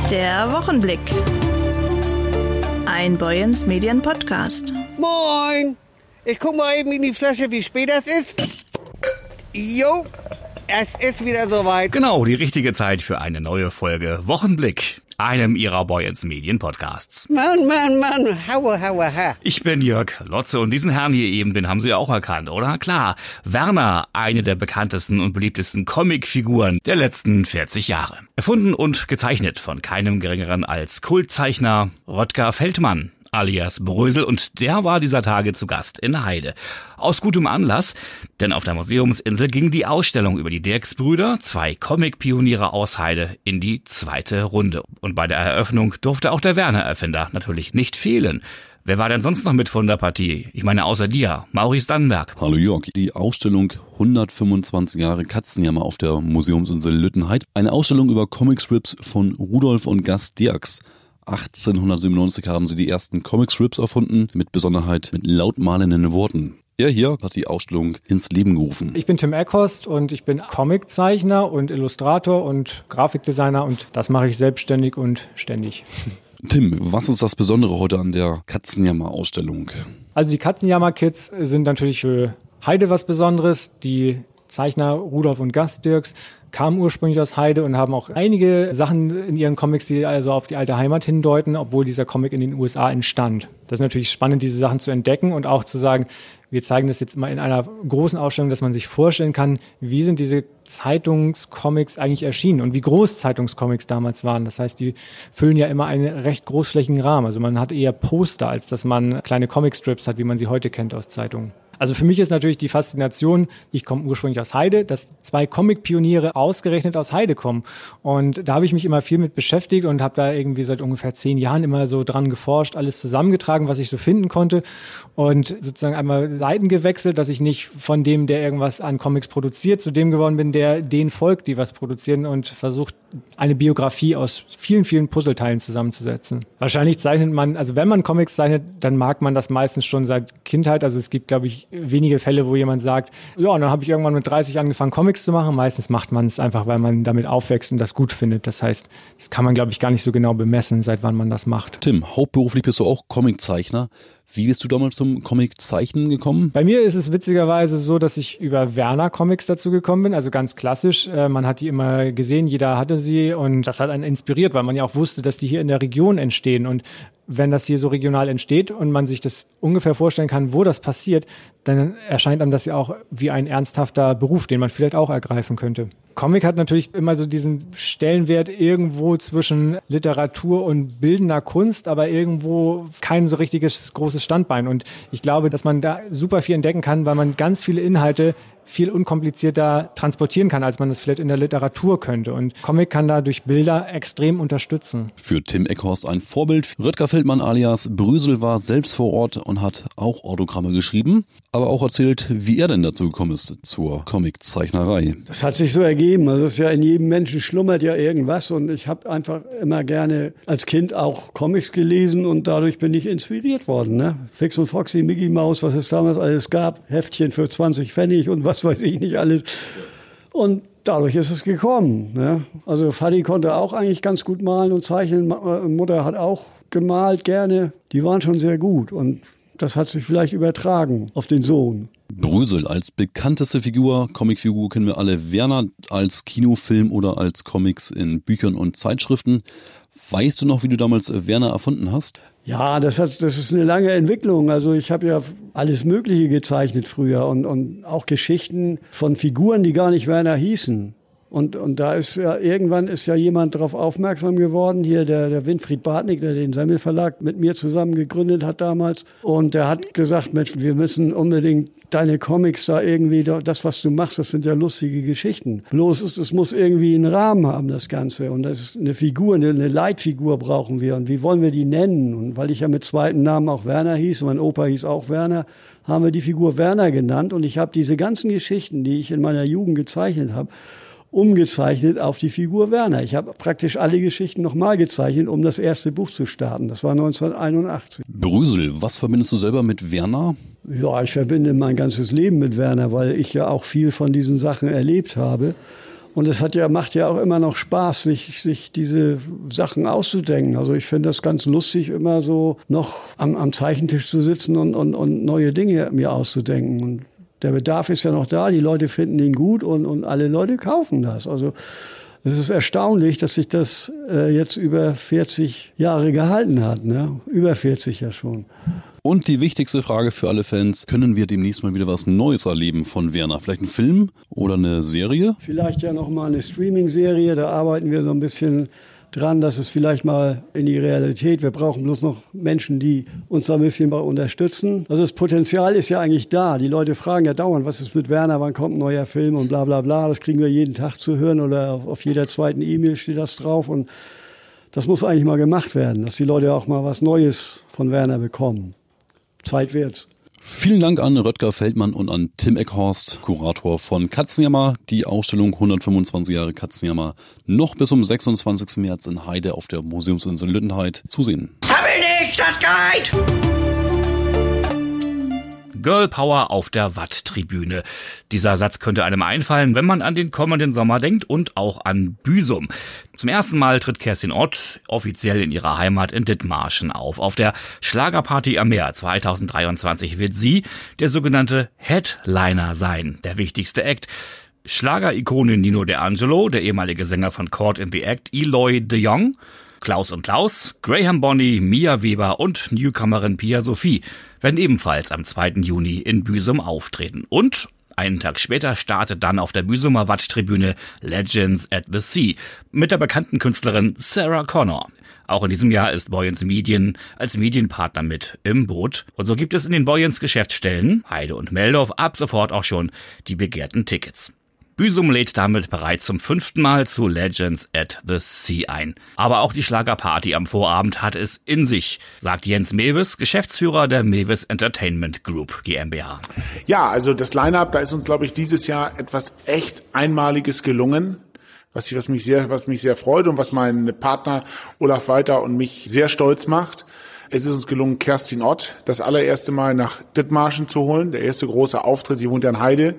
Der Wochenblick. Ein Boyens Medien Podcast. Moin! Ich guck mal eben in die Flasche, wie spät das ist. Jo, es ist wieder soweit. Genau, die richtige Zeit für eine neue Folge Wochenblick, einem ihrer Boyens Medien Podcasts. Mann, ha. Ich bin Jörg Lotze und diesen Herrn hier eben, den haben Sie auch erkannt, oder? Klar, Werner, eine der bekanntesten und beliebtesten Comicfiguren der letzten 40 Jahre. Erfunden und gezeichnet von keinem geringeren als Kultzeichner Rötger Feldmann, alias Brösel, und der war dieser Tage zu Gast in Heide. Aus gutem Anlass, denn auf der Museumsinsel ging die Ausstellung über die Dirks-Brüder, zwei Comic-Pioniere aus Heide, in die zweite Runde. Und bei der Eröffnung durfte auch der Werner-Erfinder natürlich nicht fehlen. Wer war denn sonst noch mit von der Partie? Ich meine außer dir, Maurice Dannenberg. Hallo Jörg, die Ausstellung 125 Jahre Katzenjammer auf der Museumsinsel Lüttenheid. Eine Ausstellung über Comicstrips von Rudolf und Gast Dirks. 1897 haben sie die ersten Comicstrips erfunden, mit Besonderheit mit lautmalenden Worten. Er hier hat die Ausstellung ins Leben gerufen. Ich bin Tim Eckhorst und ich bin Comiczeichner und Illustrator und Grafikdesigner und das mache ich selbstständig und ständig. Tim, was ist das Besondere heute an der Katzenjammer-Ausstellung? Also die Katzenjammer-Kids sind natürlich für Heide was Besonderes. Die Zeichner Rudolf und Gast Dirks kamen ursprünglich aus Heide und haben auch einige Sachen in ihren Comics, die also auf die alte Heimat hindeuten, obwohl dieser Comic in den USA entstand. Das ist natürlich spannend, diese Sachen zu entdecken und auch zu sagen, wir zeigen das jetzt mal in einer großen Ausstellung, dass man sich vorstellen kann, wie sind diese Zeitungscomics eigentlich erschienen und wie groß Zeitungscomics damals waren. Das heißt, die füllen ja immer einen recht großflächigen Rahmen. Also man hat eher Poster, als dass man kleine Comicstrips hat, wie man sie heute kennt aus Zeitungen. Also für mich ist natürlich die Faszination, ich komme ursprünglich aus Heide, dass zwei Comic-Pioniere ausgerechnet aus Heide kommen. Und da habe ich mich immer viel mit beschäftigt und habe da irgendwie seit ungefähr 10 Jahren immer so dran geforscht, alles zusammengetragen, was ich so finden konnte und sozusagen einmal Seiten gewechselt, dass ich nicht von dem, der irgendwas an Comics produziert, zu dem geworden bin, der denen folgt, die was produzieren und versucht, eine Biografie aus vielen, vielen Puzzleteilen zusammenzusetzen. Wahrscheinlich zeichnet man, also wenn man Comics zeichnet, dann mag man das meistens schon seit Kindheit. Also es gibt, glaube ich, wenige Fälle, wo jemand sagt, ja, und dann habe ich irgendwann mit 30 angefangen, Comics zu machen. Meistens macht man es einfach, weil man damit aufwächst und das gut findet. Das heißt, das kann man, glaube ich, gar nicht so genau bemessen, seit wann man das macht. Tim, hauptberuflich bist du auch Comiczeichner. Wie bist du damals zum Comiczeichnen gekommen? Bei mir ist es witzigerweise so, dass ich über Werner-Comics dazu gekommen bin, also ganz klassisch. Man hat die immer gesehen, jeder hatte sie und das hat einen inspiriert, weil man ja auch wusste, dass die hier in der Region entstehen. Und wenn das hier so regional entsteht und man sich das ungefähr vorstellen kann, wo das passiert, dann erscheint einem das ja auch wie ein ernsthafter Beruf, den man vielleicht auch ergreifen könnte. Comic hat natürlich immer so diesen Stellenwert irgendwo zwischen Literatur und bildender Kunst, aber irgendwo kein so richtiges großes Standbein. Und ich glaube, dass man da super viel entdecken kann, weil man ganz viele Inhalte viel unkomplizierter transportieren kann, als man das vielleicht in der Literatur könnte. Und Comic kann da durch Bilder extrem unterstützen. Für Tim Eckhorst ein Vorbild. Rötger Feldmann alias Brösel war selbst vor Ort und hat auch Autogramme geschrieben, aber auch erzählt, wie er denn dazu gekommen ist zur Comiczeichnerei. Das hat sich so ergeben. Also es ist ja in jedem Menschen schlummert ja irgendwas und ich habe einfach immer gerne als Kind auch Comics gelesen und dadurch bin ich inspiriert worden. Ne? Fix und Foxy, Mickey Mouse, was es damals alles gab, Heftchen für 20 Pfennig und was weiß ich nicht alles. Und dadurch ist es gekommen. Ne? Also Vati konnte auch eigentlich ganz gut malen und zeichnen. Mutter hat auch gemalt gerne. Die waren schon sehr gut und das hat sich vielleicht übertragen auf den Sohn. Brösel als bekannteste Figur, Comicfigur kennen wir alle. Werner als Kinofilm oder als Comics in Büchern und Zeitschriften. Weißt du noch, wie du damals Werner erfunden hast? Ja, das ist eine lange Entwicklung. Also ich habe ja alles Mögliche gezeichnet früher und auch Geschichten von Figuren, die gar nicht Werner hießen. Und da ist ja irgendwann ist ja jemand darauf aufmerksam geworden, hier der Winfried Bartnick, der den Semmel Verlag mit mir zusammen gegründet hat damals. Und der hat gesagt, Mensch, wir müssen unbedingt deine Comics da irgendwie, das, was du machst, das sind ja lustige Geschichten. Bloß, es muss irgendwie einen Rahmen haben, das Ganze. Und das ist eine Figur, eine Leitfigur brauchen wir. Und wie wollen wir die nennen? Und weil ich ja mit zweiten Namen auch Werner hieß, und mein Opa hieß auch Werner, haben wir die Figur Werner genannt. Und ich habe diese ganzen Geschichten, die ich in meiner Jugend gezeichnet habe, umgezeichnet auf die Figur Werner. Ich habe praktisch alle Geschichten nochmal gezeichnet, um das erste Buch zu starten. Das war 1981. Brösel, was verbindest du selber mit Werner? Ja, ich verbinde mein ganzes Leben mit Werner, weil ich ja auch viel von diesen Sachen erlebt habe. Und es macht ja auch immer noch Spaß, sich diese Sachen auszudenken. Also ich finde das ganz lustig, immer so noch am Zeichentisch zu sitzen und neue Dinge mir auszudenken. Und der Bedarf ist ja noch da, die Leute finden ihn gut und alle Leute kaufen das. Also es ist erstaunlich, dass sich das jetzt über 40 Jahre gehalten hat, ne? Über 40 ja schon. Und die wichtigste Frage für alle Fans, können wir demnächst mal wieder was Neues erleben von Werner? Vielleicht ein Film oder eine Serie? Vielleicht ja noch mal eine Streaming-Serie, da arbeiten wir so ein bisschen dran, dass es vielleicht mal in die Realität, wir brauchen bloß noch Menschen, die uns da ein bisschen bei unterstützen. Also das Potenzial ist ja eigentlich da. Die Leute fragen ja dauernd, was ist mit Werner, wann kommt ein neuer Film und bla bla bla. Das kriegen wir jeden Tag zu hören oder auf jeder zweiten E-Mail steht das drauf. Und das muss eigentlich mal gemacht werden, dass die Leute auch mal was Neues von Werner bekommen. Zeit wird's. Vielen Dank an Röttger Feldmann und an Tim Eckhorst, Kurator von Katzenjammer. Die Ausstellung 125 Jahre Katzenjammer noch bis zum 26. März in Heide auf der Museumsinsel Lüttenheid zu sehen. Sammel nicht, das geht! Girl Power auf der Watt-Tribüne. Dieser Satz könnte einem einfallen, wenn man an den kommenden Sommer denkt und auch an Büsum. Zum ersten Mal tritt Kerstin Ott offiziell in ihrer Heimat in Dithmarschen auf. Auf der Schlagerparty am Meer 2023 wird sie der sogenannte Headliner sein, der wichtigste Act. Schlager-Ikone Nino D'Angelo, der ehemalige Sänger von Caught in the Act, Eloy de Jong, Klaus und Klaus, Graham Bonney, Mia Weber und Newcomerin Pia Sophie werden ebenfalls am 2. Juni in Büsum auftreten. Und einen Tag später startet dann auf der Büsumer Watt-Tribüne Legends at the Sea mit der bekannten Künstlerin Sarah Connor. Auch in diesem Jahr ist Boyens Medien als Medienpartner mit im Boot. Und so gibt es in den Boyens Geschäftsstellen Heide und Meldorf ab sofort auch schon die begehrten Tickets. Büsum lädt damit bereits zum 5. Mal zu Legends at the Sea ein. Aber auch die Schlagerparty am Vorabend hat es in sich, sagt Jens Mewes, Geschäftsführer der Mewes Entertainment Group GmbH. Ja, also das Line-Up, da ist uns, glaube ich, dieses Jahr etwas echt Einmaliges gelungen, was mich sehr freut und was mein Partner Olaf Walter und mich sehr stolz macht. Es ist uns gelungen, Kerstin Ott das allererste Mal nach Dithmarschen zu holen. Der erste große Auftritt, sie wohnt ja in Heide.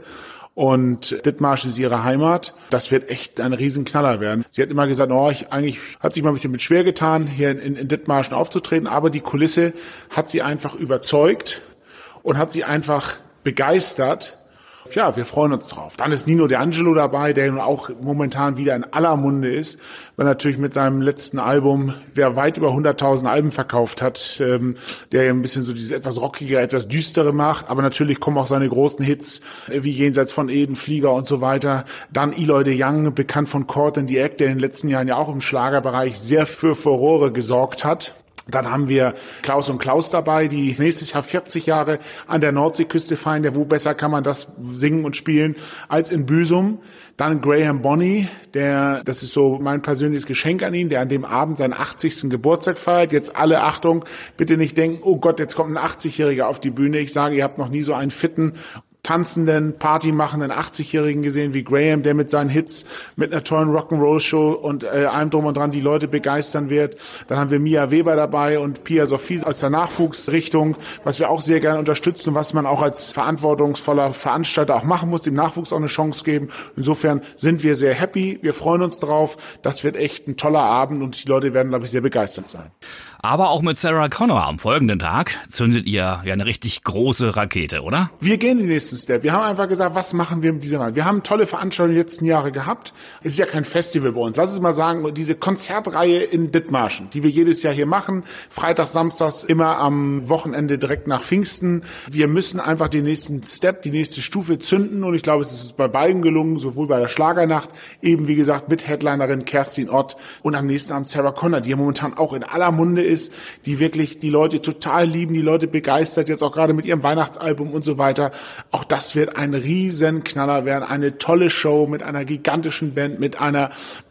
Und Dithmarschen ist ihre Heimat. Das wird echt ein Riesenknaller werden. Sie hat immer gesagt, eigentlich hat sich mal ein bisschen mit schwer getan, hier in Dithmarschen aufzutreten. Aber die Kulisse hat sie einfach überzeugt und hat sie einfach begeistert. Ja, wir freuen uns drauf. Dann ist Nino D'Angelo dabei, der nun auch momentan wieder in aller Munde ist, weil natürlich mit seinem letzten Album, der weit über 100.000 Alben verkauft hat, der ja ein bisschen so dieses etwas rockige, etwas düstere macht, aber natürlich kommen auch seine großen Hits, wie Jenseits von Eden, Flieger und so weiter. Dann Eloy de Jong, bekannt von Caught in the Act, der in den letzten Jahren ja auch im Schlagerbereich sehr für Furore gesorgt hat. Dann haben wir Klaus und Klaus dabei, die nächstes Jahr 40 Jahre an der Nordseeküste feiern. Wo besser kann man das singen und spielen als in Büsum. Dann Graham Bonney, das ist so mein persönliches Geschenk an ihn, der an dem Abend seinen 80. Geburtstag feiert. Jetzt alle Achtung, bitte nicht denken, oh Gott, jetzt kommt ein 80-Jähriger auf die Bühne. Ich sage, ihr habt noch nie so einen fitten, tanzenden, partymachenden 80-Jährigen gesehen wie Graham, der mit seinen Hits, mit einer tollen Rock'n'Roll-Show und allem drum und dran die Leute begeistern wird. Dann haben wir Mia Weber dabei und Pia Sophie aus der Nachwuchsrichtung, was wir auch sehr gerne unterstützen und was man auch als verantwortungsvoller Veranstalter auch machen muss, dem Nachwuchs auch eine Chance geben. Insofern sind wir sehr happy, wir freuen uns drauf. Das wird echt ein toller Abend und die Leute werden, glaube ich, sehr begeistert sein. Aber auch mit Sarah Connor am folgenden Tag zündet ihr ja eine richtig große Rakete, oder? Wir gehen den nächsten Step. Wir haben einfach gesagt, was machen wir mit dieser Wahl? Wir haben tolle Veranstaltungen die letzten Jahre gehabt. Es ist ja kein Festival bei uns. Lass uns mal sagen, diese Konzertreihe in Dithmarschen, die wir jedes Jahr hier machen, freitags, samstags, immer am Wochenende direkt nach Pfingsten. Wir müssen einfach den nächsten Step, die nächste Stufe zünden und ich glaube, es ist bei beiden gelungen, sowohl bei der Schlagernacht, eben wie gesagt mit Headlinerin Kerstin Ott und am nächsten Abend Sarah Connor, die ja momentan auch in aller Munde ist, die wirklich die Leute total lieben, die Leute begeistert, jetzt auch gerade mit ihrem Weihnachtsalbum und so weiter. Auch das wird ein Riesenknaller werden, eine tolle Show mit einer gigantischen Band, mit einem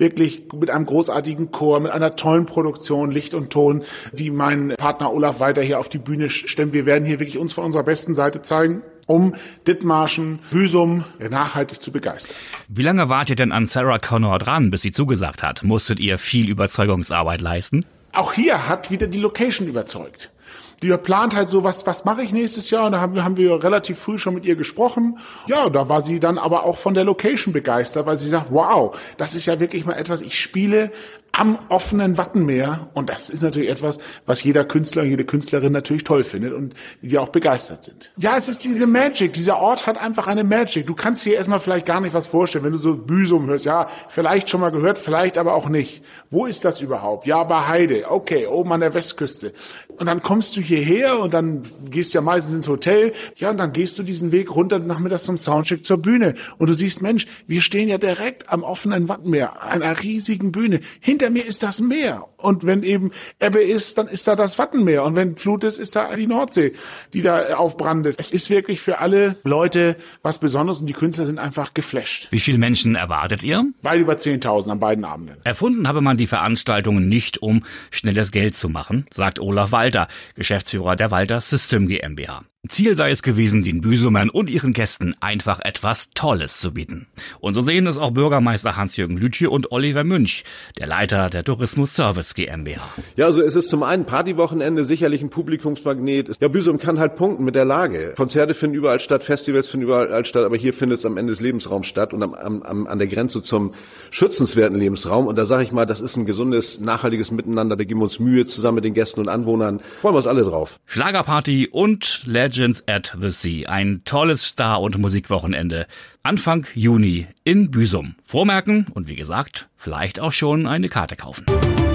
großartigen Chor, mit einer tollen Produktion, Licht und Ton, die mein Partner Olaf Walter hier auf die Bühne stemmt. Wir werden hier wirklich uns von unserer besten Seite zeigen, um Dithmarschen, Büsum nachhaltig zu begeistern. Wie lange wart ihr denn an Sarah Connor dran, bis sie zugesagt hat? Musstet ihr viel Überzeugungsarbeit leisten? Auch hier hat wieder die Location überzeugt. Die plant halt so, was mache ich nächstes Jahr? Und da haben wir relativ früh schon mit ihr gesprochen. Ja, da war sie dann aber auch von der Location begeistert, weil sie sagt, wow, das ist ja wirklich mal etwas, ich spiele am offenen Wattenmeer. Und das ist natürlich etwas, was jeder Künstler, jede Künstlerin natürlich toll findet und die auch begeistert sind. Ja, es ist diese Magic. Dieser Ort hat einfach eine Magic. Du kannst dir erstmal vielleicht gar nicht was vorstellen, wenn du so Büsum hörst. Ja, vielleicht schon mal gehört, vielleicht aber auch nicht. Wo ist das überhaupt? Ja, bei Heide. Okay, oben an der Westküste. Und dann kommst du hierher und dann gehst du ja meistens ins Hotel. Ja, und dann gehst du diesen Weg runter nachmittags zum Soundcheck zur Bühne. Und du siehst, Mensch, wir stehen ja direkt am offenen Wattenmeer, einer riesigen Bühne. Hinter mir ist das Meer. Und wenn eben Ebbe ist, dann ist da das Wattenmeer. Und wenn Flut ist, ist da die Nordsee, die da aufbrandet. Es ist wirklich für alle Leute was Besonderes und die Künstler sind einfach geflasht. Wie viele Menschen erwartet ihr? Weit über 10.000 an beiden Abenden. Erfunden habe man die Veranstaltungen nicht, um schnelles Geld zu machen, sagt Olaf Walter, Geschäftsführer der Walter System GmbH. Ziel sei es gewesen, den Büsumern und ihren Gästen einfach etwas Tolles zu bieten. Und so sehen es auch Bürgermeister Hans-Jürgen Lütje und Oliver Münch, der Leiter der Tourismus Service GmbH. Ja, also es ist zum einen Partywochenende, sicherlich ein Publikumsmagnet. Ja, Büsum kann halt punkten mit der Lage. Konzerte finden überall statt, Festivals finden überall statt, aber hier findet es am Ende des Lebensraums statt und an der Grenze zum schützenswerten Lebensraum. Und da sage ich mal, das ist ein gesundes, nachhaltiges Miteinander. Da geben wir uns Mühe zusammen mit den Gästen und Anwohnern. Freuen wir uns alle drauf. Schlagerparty und Legends at the Sea. Ein tolles Star- und Musikwochenende. Anfang Juni in Büsum. Vormerken und wie gesagt, vielleicht auch schon eine Karte kaufen.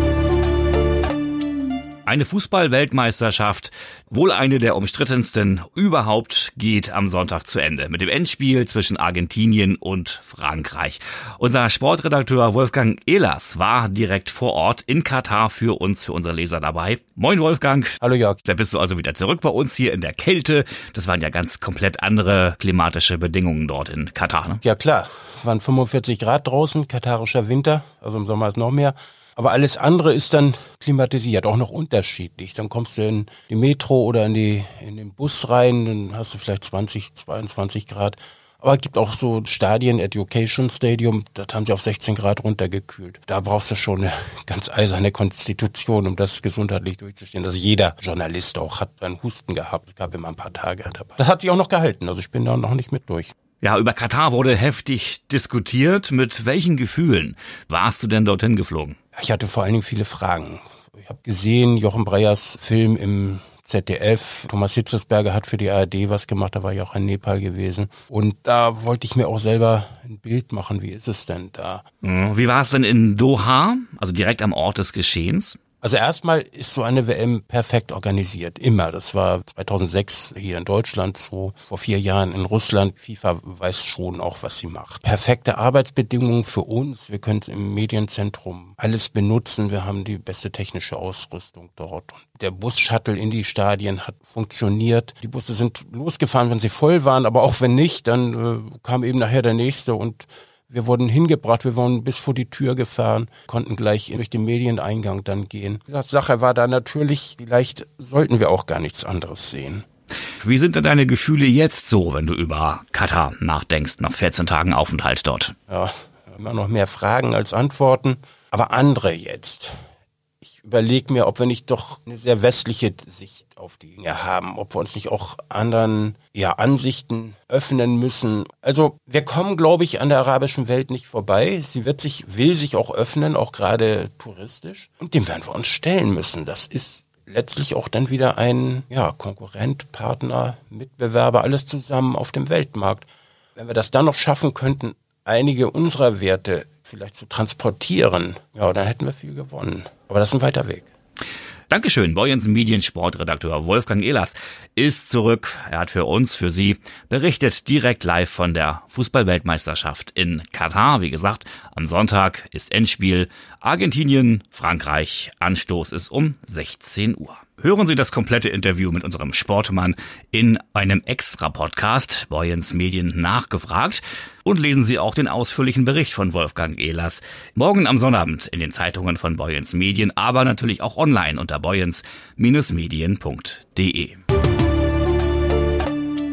Eine Fußball-Weltmeisterschaft, wohl eine der umstrittensten überhaupt, geht am Sonntag zu Ende. Mit dem Endspiel zwischen Argentinien und Frankreich. Unser Sportredakteur Wolfgang Ehlers war direkt vor Ort in Katar für unsere Leser dabei. Moin Wolfgang. Hallo Jörg. Da bist du also wieder zurück bei uns hier in der Kälte. Das waren ja ganz komplett andere klimatische Bedingungen dort in Katar, ne? Ja klar, waren 45 Grad draußen, katarischer Winter, also im Sommer ist noch mehr. Aber alles andere ist dann klimatisiert, auch noch unterschiedlich. Dann kommst du in die Metro oder in den Bus rein, dann hast du vielleicht 20, 22 Grad. Aber es gibt auch so Stadien, Education Stadium, das haben sie auf 16 Grad runtergekühlt. Da brauchst du schon eine ganz eiserne Konstitution, um das gesundheitlich durchzustehen. Also jeder Journalist auch hat seinen Husten gehabt. Es gab immer ein paar Tage dabei. Das hat sich auch noch gehalten, also ich bin da noch nicht mit durch. Ja, über Katar wurde heftig diskutiert. Mit welchen Gefühlen warst du denn dorthin geflogen? Ich hatte vor allen Dingen viele Fragen. Ich habe gesehen, Jochen Breyers Film im ZDF. Thomas Hitzelsberger hat für die ARD was gemacht, da war ich auch in Nepal gewesen. Und da wollte ich mir auch selber ein Bild machen, wie ist es denn da? Wie war es denn in Doha, also direkt am Ort des Geschehens? Also erstmal ist so eine WM perfekt organisiert, immer. Das war 2006 hier in Deutschland so, vor 4 Jahren in Russland. FIFA weiß schon auch, was sie macht. Perfekte Arbeitsbedingungen für uns. Wir können im Medienzentrum alles benutzen. Wir haben die beste technische Ausrüstung dort. Und der Bus-Shuttle in die Stadien hat funktioniert. Die Busse sind losgefahren, wenn sie voll waren, aber auch wenn nicht, dann kam eben nachher der nächste und wir wurden hingebracht, wir wurden bis vor die Tür gefahren, konnten gleich durch den Medieneingang dann gehen. Die Sache war da natürlich, vielleicht sollten wir auch gar nichts anderes sehen. Wie sind denn deine Gefühle jetzt so, wenn du über Katar nachdenkst, nach 14 Tagen Aufenthalt dort? Ja, immer noch mehr Fragen als Antworten, aber andere jetzt. Ich überlege mir, ob wir nicht doch eine sehr westliche Sicht auf die Dinge haben, ob wir uns nicht auch anderen Ansichten öffnen müssen. Also wir kommen, glaube ich, an der arabischen Welt nicht vorbei. Sie will sich auch öffnen, auch gerade touristisch. Und dem werden wir uns stellen müssen. Das ist letztlich auch dann wieder ein Konkurrent, Partner, Mitbewerber, alles zusammen auf dem Weltmarkt. Wenn wir das dann noch schaffen könnten, einige unserer Werte vielleicht zu transportieren, dann hätten wir viel gewonnen. Aber das ist ein weiter Weg. Dankeschön. Boyens Mediensportredakteur Wolfgang Ehlers ist zurück. Er hat für Sie berichtet direkt live von der Fußball-Weltmeisterschaft in Katar. Wie gesagt, am Sonntag ist Endspiel Argentinien, Frankreich. Anstoß ist um 16 Uhr. Hören Sie das komplette Interview mit unserem Sportmann in einem Extra-Podcast, Boyens Medien nachgefragt. Und lesen Sie auch den ausführlichen Bericht von Wolfgang Ehlers morgen am Sonnabend in den Zeitungen von Boyens Medien, aber natürlich auch online unter boyens-medien.de.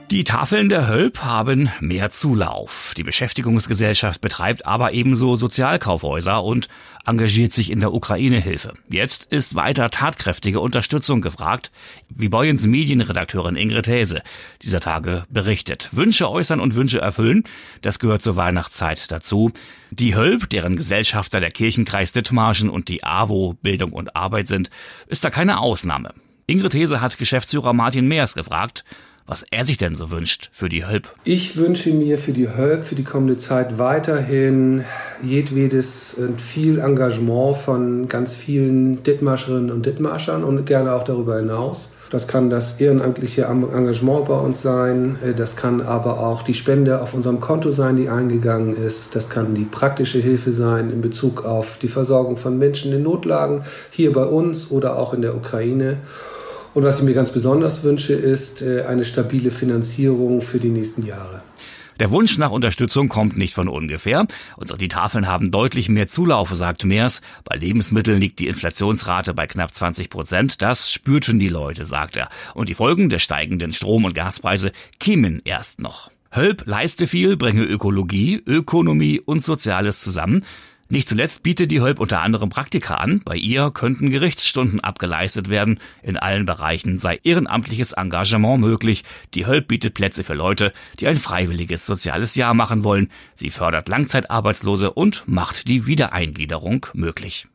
Die Tafeln der Hölp haben mehr Zulauf. Die Beschäftigungsgesellschaft betreibt aber ebenso Sozialkaufhäuser und engagiert sich in der Ukraine-Hilfe. Jetzt ist weiter tatkräftige Unterstützung gefragt, wie Boyens Medienredakteurin Ingrid Häse dieser Tage berichtet. Wünsche äußern und Wünsche erfüllen, das gehört zur Weihnachtszeit dazu. Die Hölp, deren Gesellschafter der Kirchenkreis Dithmarschen und die AWO Bildung und Arbeit sind, ist da keine Ausnahme. Ingrid Häse hat Geschäftsführer Martin Meers gefragt, was er sich denn so wünscht für die Hölp. Ich wünsche mir für die Hölp für die kommende Zeit weiterhin jedwedes und viel Engagement von ganz vielen Dithmarscherinnen und Dithmarschern und gerne auch darüber hinaus. Das kann das ehrenamtliche Engagement bei uns sein, das kann aber auch die Spende auf unserem Konto sein, die eingegangen ist. Das kann die praktische Hilfe sein in Bezug auf die Versorgung von Menschen in Notlagen, hier bei uns oder auch in der Ukraine. Und was ich mir ganz besonders wünsche, ist eine stabile Finanzierung für die nächsten Jahre. Der Wunsch nach Unterstützung kommt nicht von ungefähr. Die Tafeln haben deutlich mehr Zulauf, sagt Meers. Bei Lebensmitteln liegt die Inflationsrate bei knapp 20%. Das spürten die Leute, sagt er. Und die Folgen der steigenden Strom- und Gaspreise kämen erst noch. Hölp leiste viel, bringe Ökologie, Ökonomie und Soziales zusammen. Nicht zuletzt bietet die Hölp unter anderem Praktika an. Bei ihr könnten Gerichtsstunden abgeleistet werden. In allen Bereichen sei ehrenamtliches Engagement möglich. Die Hölp bietet Plätze für Leute, die ein freiwilliges soziales Jahr machen wollen. Sie fördert Langzeitarbeitslose und macht die Wiedereingliederung möglich.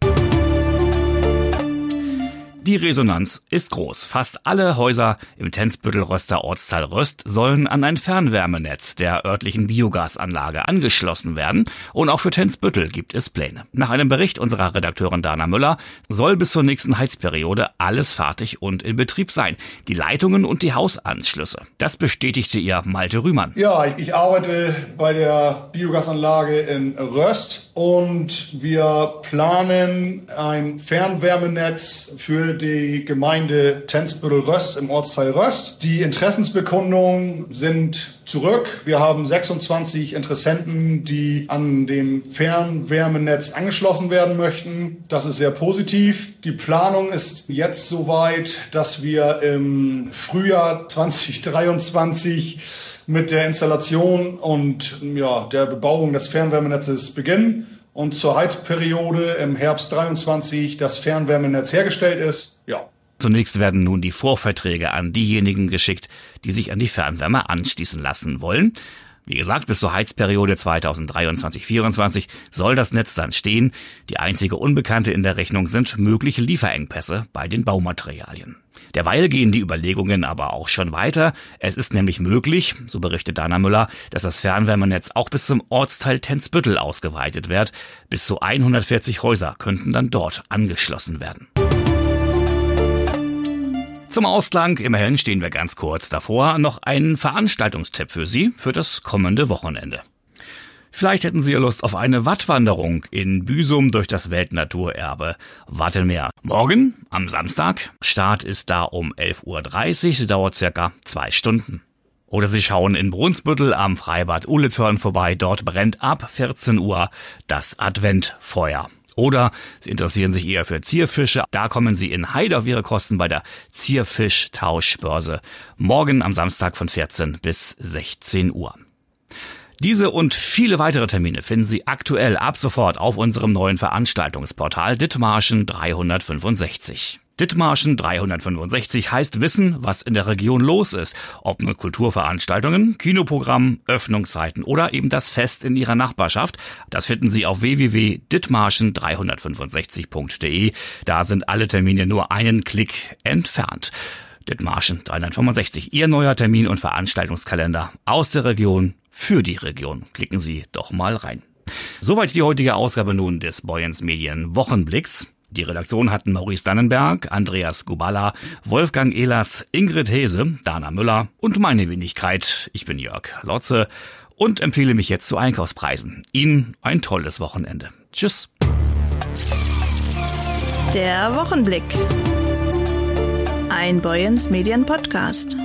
Die Resonanz ist groß. Fast alle Häuser im Tenzbüttel-Röster Ortsteil Röst sollen an ein Fernwärmenetz der örtlichen Biogasanlage angeschlossen werden. Und auch für Tenzbüttel gibt es Pläne. Nach einem Bericht unserer Redakteurin Dana Müller soll bis zur nächsten Heizperiode alles fertig und in Betrieb sein. Die Leitungen und die Hausanschlüsse. Das bestätigte ihr Malte Rühmann. Ja, ich arbeite bei der Biogasanlage in Röst und wir planen ein Fernwärmenetz für die Gemeinde Tenzbüttel-Röst im Ortsteil Röst. Die Interessensbekundungen sind zurück. Wir haben 26 Interessenten, die an dem Fernwärmenetz angeschlossen werden möchten. Das ist sehr positiv. Die Planung ist jetzt soweit, dass wir im Frühjahr 2023 mit der Installation und der Bebauung des Fernwärmenetzes beginnen. Und zur Heizperiode im Herbst 23 das Fernwärmenetz hergestellt ist. Ja. Zunächst werden nun die Vorverträge an diejenigen geschickt, die sich an die Fernwärme anschließen lassen wollen. Wie gesagt, bis zur Heizperiode 2023-24 soll das Netz dann stehen. Die einzige Unbekannte in der Rechnung sind mögliche Lieferengpässe bei den Baumaterialien. Derweil gehen die Überlegungen aber auch schon weiter. Es ist nämlich möglich, so berichtet Dana Müller, dass das Fernwärmenetz auch bis zum Ortsteil Tenzbüttel ausgeweitet wird. Bis zu 140 Häuser könnten dann dort angeschlossen werden. Zum Ausklang, immerhin stehen wir ganz kurz davor, noch einen Veranstaltungstipp für Sie für das kommende Wochenende. Vielleicht hätten Sie ja Lust auf eine Wattwanderung in Büsum durch das Weltnaturerbe Wattenmeer. Morgen, am Samstag, Start ist da um 11.30 Uhr, dauert circa 2 Stunden. Oder Sie schauen in Brunsbüttel am Freibad Uhlitshorn vorbei, dort brennt ab 14 Uhr das Adventfeuer. Oder Sie interessieren sich eher für Zierfische. Da kommen Sie in Heide auf Ihre Kosten bei der Zierfisch-Tauschbörse. Morgen am Samstag von 14 bis 16 Uhr. Diese und viele weitere Termine finden Sie aktuell ab sofort auf unserem neuen Veranstaltungsportal Dithmarschen 365. Dithmarschen 365 heißt wissen, was in der Region los ist. Ob mit Kulturveranstaltungen, Kinoprogramm, Öffnungszeiten oder eben das Fest in Ihrer Nachbarschaft. Das finden Sie auf www.dithmarschen365.de. Da sind alle Termine nur einen Klick entfernt. Dithmarschen 365, Ihr neuer Termin- und Veranstaltungskalender aus der Region für die Region. Klicken Sie doch mal rein. Soweit die heutige Ausgabe nun des Boyens Medien Wochenblicks. Die Redaktion hatten Maurice Dannenberg, Andreas Gubala, Wolfgang Ehlers, Ingrid Häse, Dana Müller und meine Wenigkeit. Ich bin Jörg Lotze und empfehle mich jetzt zu Einkaufspreisen. Ihnen ein tolles Wochenende. Tschüss. Der Wochenblick. Ein Boyens Medien Podcast.